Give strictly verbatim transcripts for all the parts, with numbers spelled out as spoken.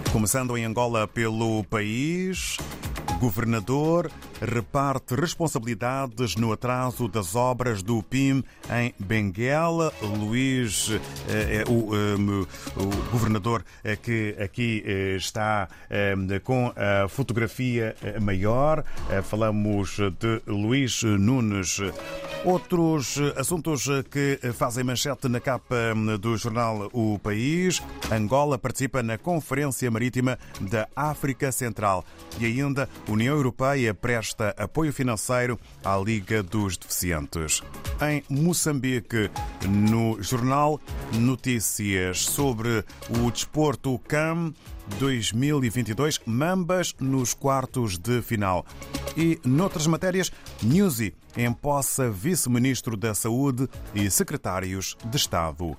Começando em Angola pelo país, governador reparte responsabilidades no atraso das obras do P I M em Benguela. Luís, eh, o, eh, o governador eh, que aqui eh, está eh, com a fotografia maior. Eh, falamos de Luís Nunes. Outros assuntos que fazem manchete na capa do jornal O País. Angola participa na Conferência Marítima da África Central. E ainda, União Europeia presta apoio financeiro à Liga dos Deficientes. Em Moçambique, no jornal Notícias sobre o desporto C A M dois mil e vinte e dois, Mambas nos quartos de final. E, noutras matérias, Newsy empossa vice-ministro da Saúde e secretários de Estado.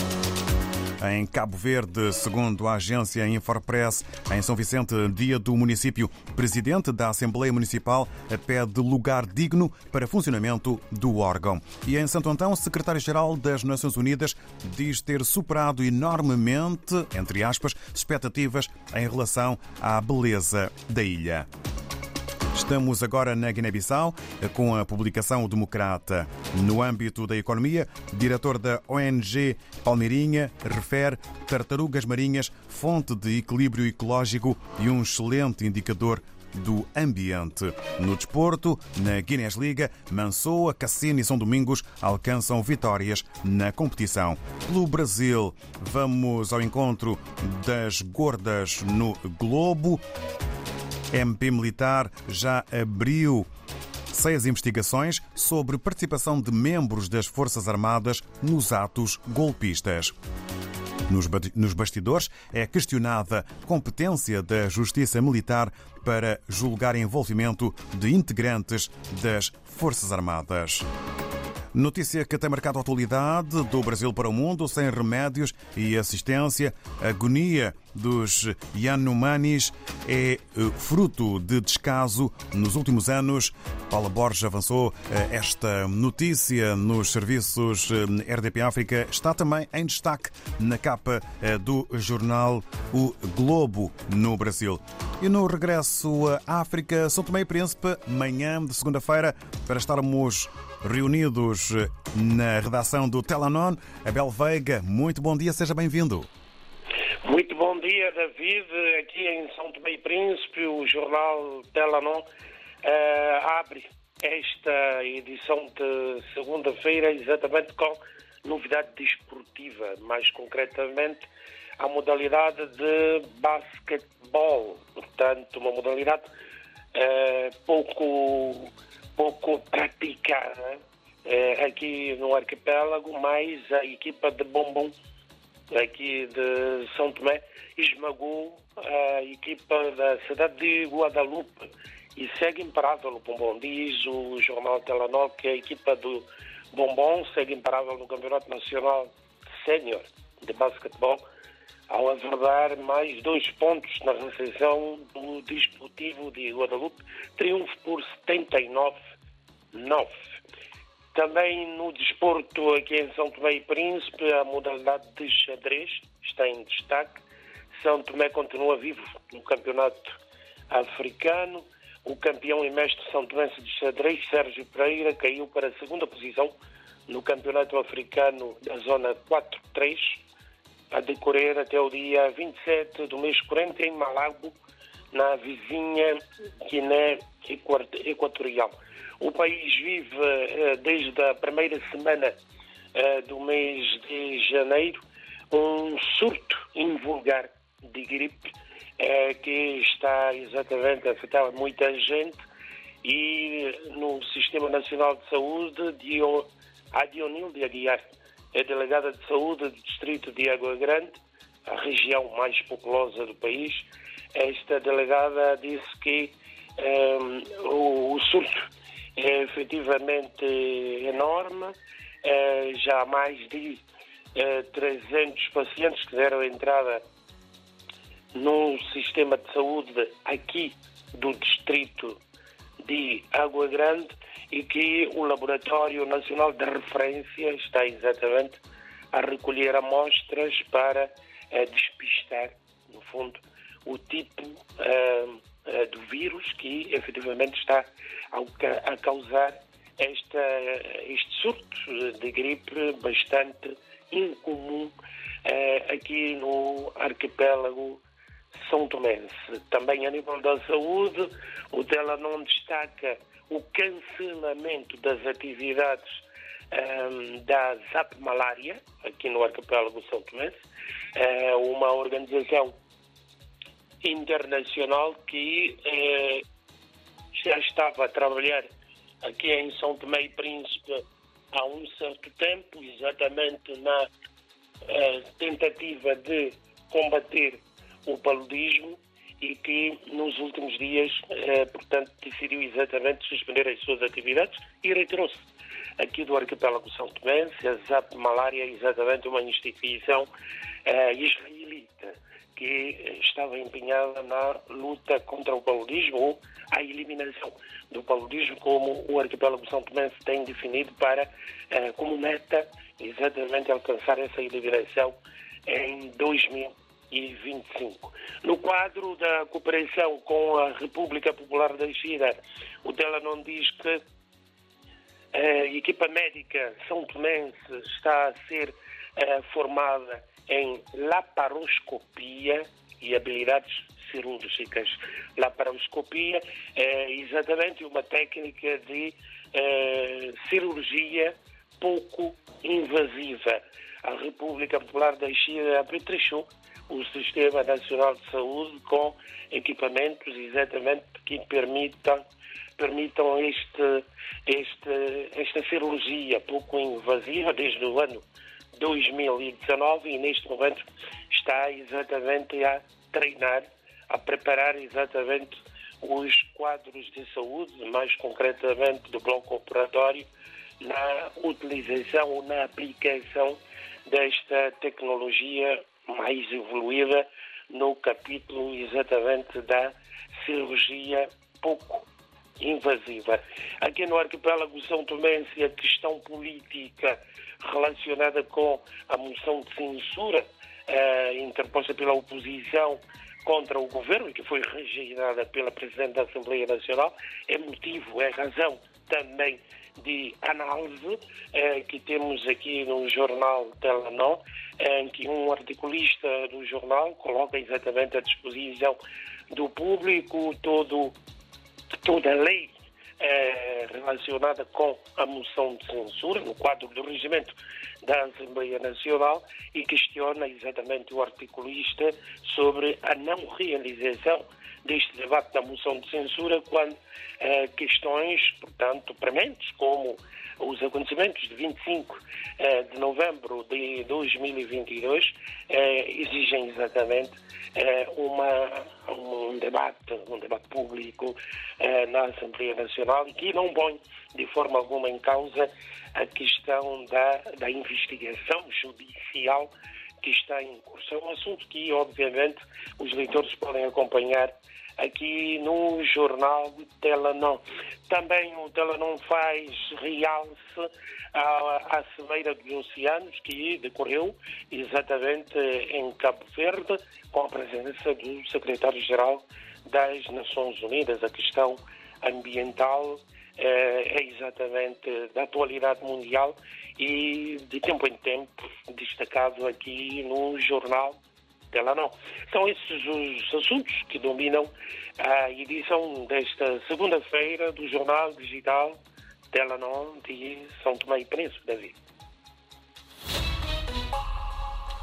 Em Cabo Verde, segundo a agência Infopress, em São Vicente, dia do município, presidente da Assembleia Municipal pede lugar digno para funcionamento do órgão. E em Santo Antão, secretário-geral das Nações Unidas diz ter superado enormemente, entre aspas, expectativas em relação à beleza da ilha. Estamos agora na Guiné-Bissau com a publicação O Democrata. No âmbito da economia, diretor da O N G Palmeirinha refere tartarugas marinhas, fonte de equilíbrio ecológico e um excelente indicador do ambiente. No desporto, na Guinness Liga, Mansoa, Cassino e São Domingos alcançam vitórias na competição. Pelo Brasil, vamos ao encontro das gordas no Globo. M P Militar já abriu seis investigações sobre participação de membros das Forças Armadas nos atos golpistas. Nos bastidores é questionada a competência da Justiça Militar para julgar envolvimento de integrantes das Forças Armadas. Notícia que tem marcado a atualidade do Brasil para o mundo, sem remédios e assistência. A agonia dos Yanomamis é fruto de descaso nos últimos anos. Paula Borges avançou esta notícia nos serviços R D P África. Está também em destaque na capa do jornal O Globo no Brasil. E no regresso à África, São Tomé e Príncipe, manhã de segunda-feira, para estarmos reunidos na redação do Telanon. Abel Veiga, muito bom dia, seja bem-vindo. Muito bom dia, David. Aqui em São Tomé e Príncipe, o jornal Telanon uh, abre esta edição de segunda-feira exatamente com novidade desportiva, mais concretamente a modalidade de basquetebol, portanto uma modalidade uh, pouco, pouco praticada uh, aqui no arquipélago, mas a equipa de bombom aqui de São Tomé esmagou a equipa da cidade de Guadalupe e segue imparável o bombom. Diz o jornal Telenor que a equipa do bombom segue imparável no Campeonato Nacional Sénior de Basquetebol, ao averdar mais dois pontos na recepção do Desportivo de Guadalupe, triunfo por setenta e nove a nove. Também no desporto aqui em São Tomé e Príncipe, a modalidade de xadrez está em destaque. São Tomé continua vivo no campeonato africano. O campeão e mestre são tomense de xadrez, Sérgio Pereira, caiu para a segunda posição no campeonato africano da zona quatro três, a decorrer até o dia vinte e sete do mês corrente em Malabo, na vizinha Guiné Equatorial. O país vive, desde a primeira semana do mês de janeiro, um surto invulgar de gripe que está exatamente a afetar muita gente, e no Sistema Nacional de Saúde, a Dionilde Aguiar, é delegada de saúde do distrito de Água Grande, a região mais populosa do país. Esta delegada disse que um, o, o surto é efetivamente enorme. Uh, já há mais de uh, trezentos pacientes que deram entrada no sistema de saúde aqui do distrito de Água Grande, e que o Laboratório Nacional de Referência está exatamente a recolher amostras para uh, despistar, no fundo, o tipo uh, uh, do vírus que efetivamente está a, a causar esta, este surto de gripe bastante incomum uh, aqui no arquipélago são tomense. Também a nível da saúde, o Telanon destaca o cancelamento das atividades um, da Zap Malária, aqui no arquipélago são tomense, uh, uma organização internacional que uh, já estava a trabalhar aqui em São Tomé e Príncipe há um certo tempo, exatamente na uh, tentativa de combater o paludismo e que nos últimos dias, uh, portanto, decidiu exatamente suspender as suas atividades e retirou-se aqui do arquipélago São Tomé. A Zap Malária é exatamente uma instituição uh, israelita que estava empenhada na luta contra o paludismo ou a eliminação do paludismo, como o arquipélago São Tomé tem definido para, uh, como meta, exatamente alcançar essa eliminação em dois mil e vinte e cinco. No quadro da cooperação com a República Popular da China, o Telanon diz que a equipa médica são tomense está a ser uh, formada em laparoscopia e habilidades cirúrgicas. Laparoscopia é exatamente uma técnica de uh, cirurgia pouco invasiva. A República Popular da China apetrechou o Sistema Nacional de Saúde com equipamentos exatamente que permitam, permitam este, este, esta cirurgia pouco invasiva desde o ano dois mil e dezanove e neste momento está exatamente a treinar, a preparar exatamente os quadros de saúde, mais concretamente do bloco operatório, na utilização ou na aplicação desta tecnologia mais evoluída no capítulo exatamente da cirurgia pouco invasiva. Aqui no arquipélago São Tomense, a questão política relacionada com a moção de censura uh, interposta pela oposição contra o governo, que foi rejeitada pela Presidente da Assembleia Nacional, é motivo, é razão também de análise eh, que temos aqui no jornal Telanon, em que um articulista do jornal coloca exatamente à disposição do público todo, toda a lei eh, relacionada com a moção de censura, no quadro do regimento da Assembleia Nacional, e questiona exatamente o articulista sobre a não realização deste debate da moção de censura quando eh, questões, portanto, prementes, como os acontecimentos de vinte e cinco eh, de novembro de dois mil e vinte e dois eh, exigem exatamente eh, uma, um debate, um debate público eh, na Assembleia Nacional e que não põe de forma alguma em causa a questão da, da investigação judicial que está em curso. É um assunto que, obviamente, os leitores podem acompanhar aqui no jornal Telanon. Também o Telanon faz realce à, à Cimeira dos Oceanos, que decorreu exatamente em Cabo Verde, com a presença do secretário-geral das Nações Unidas. A questão ambiental eh, é exatamente da atualidade mundial e, de tempo em tempo, destacado aqui no jornal Telanon. São esses os assuntos que dominam a edição desta segunda-feira do Jornal Digital Telanon de São Tomé e Príncipe, David.